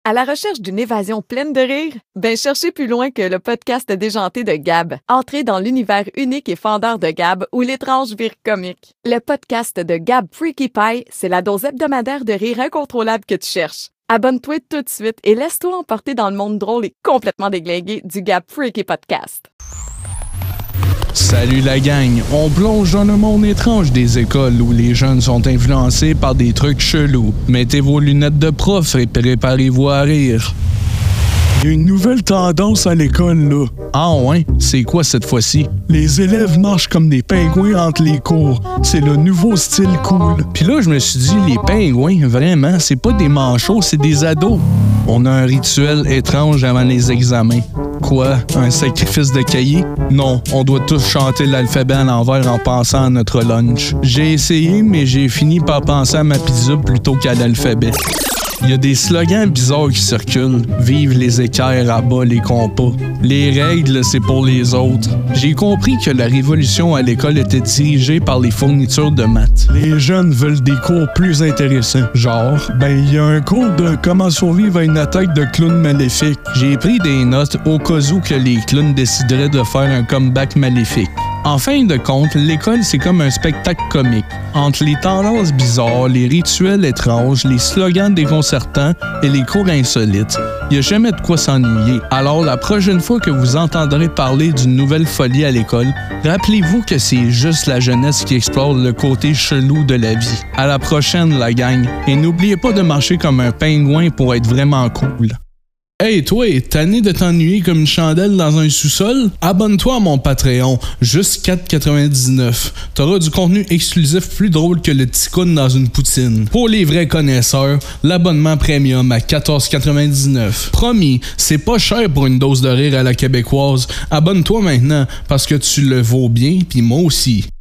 À la recherche d'une évasion pleine de rire? Ben cherchez plus loin que le podcast déjanté de Gab. Entrez dans l'univers unique et fendeur de Gab où l'étrange vire comique. Le podcast de Gab Freaky Pie, c'est la dose hebdomadaire de rire incontrôlable que tu cherches. Abonne-toi tout de suite et laisse-toi emporter dans le monde drôle et complètement déglingué du Gab Freaky Podcast. Salut la gang, on plonge dans le monde étrange des écoles où les jeunes sont influencés par des trucs chelous. Mettez vos lunettes de prof et préparez-vous à rire. Il y a une nouvelle tendance à l'école, là. Ah ouais? C'est quoi cette fois-ci? Les élèves marchent comme des pingouins entre les cours. C'est le nouveau style cool. Puis là, je me suis dit, les pingouins, vraiment, c'est pas des manchots, c'est des ados. On a un rituel étrange avant les examens. Quoi? Un sacrifice de cahier? Non, on doit tous chanter l'alphabet à l'envers en pensant à notre lunch. J'ai essayé, mais j'ai fini par penser à ma pizza plutôt qu'à l'alphabet. Il y a des slogans bizarres qui circulent. Vive les équerres, à bas les compas. Les règles, c'est pour les autres. J'ai compris que la révolution à l'école était dirigée par les fournitures de maths. Les jeunes veulent des cours plus intéressants. Genre? Il y a un cours de comment survivre à une attaque de clowns maléfiques. J'ai pris des notes au cas où que les clowns décideraient de faire un comeback maléfique. En fin de compte, l'école, c'est comme un spectacle comique. Entre les tendances bizarres, les rituels étranges, les slogans déconcertants et les cours insolites, il n'y a jamais de quoi s'ennuyer. Alors, la prochaine fois que vous entendrez parler d'une nouvelle folie à l'école, rappelez-vous que c'est juste la jeunesse qui explore le côté chelou de la vie. À la prochaine, la gang. Et n'oubliez pas de marcher comme un pingouin pour être vraiment cool. Hey toi, tanné de t'ennuyer comme une chandelle dans un sous-sol? Abonne-toi à mon Patreon, juste 4,99. T'auras du contenu exclusif plus drôle que le ticoun dans une poutine. Pour les vrais connaisseurs, l'abonnement premium à 14,99. Promis, c'est pas cher pour une dose de rire à la québécoise. Abonne-toi maintenant, parce que tu le vaux bien, pis moi aussi.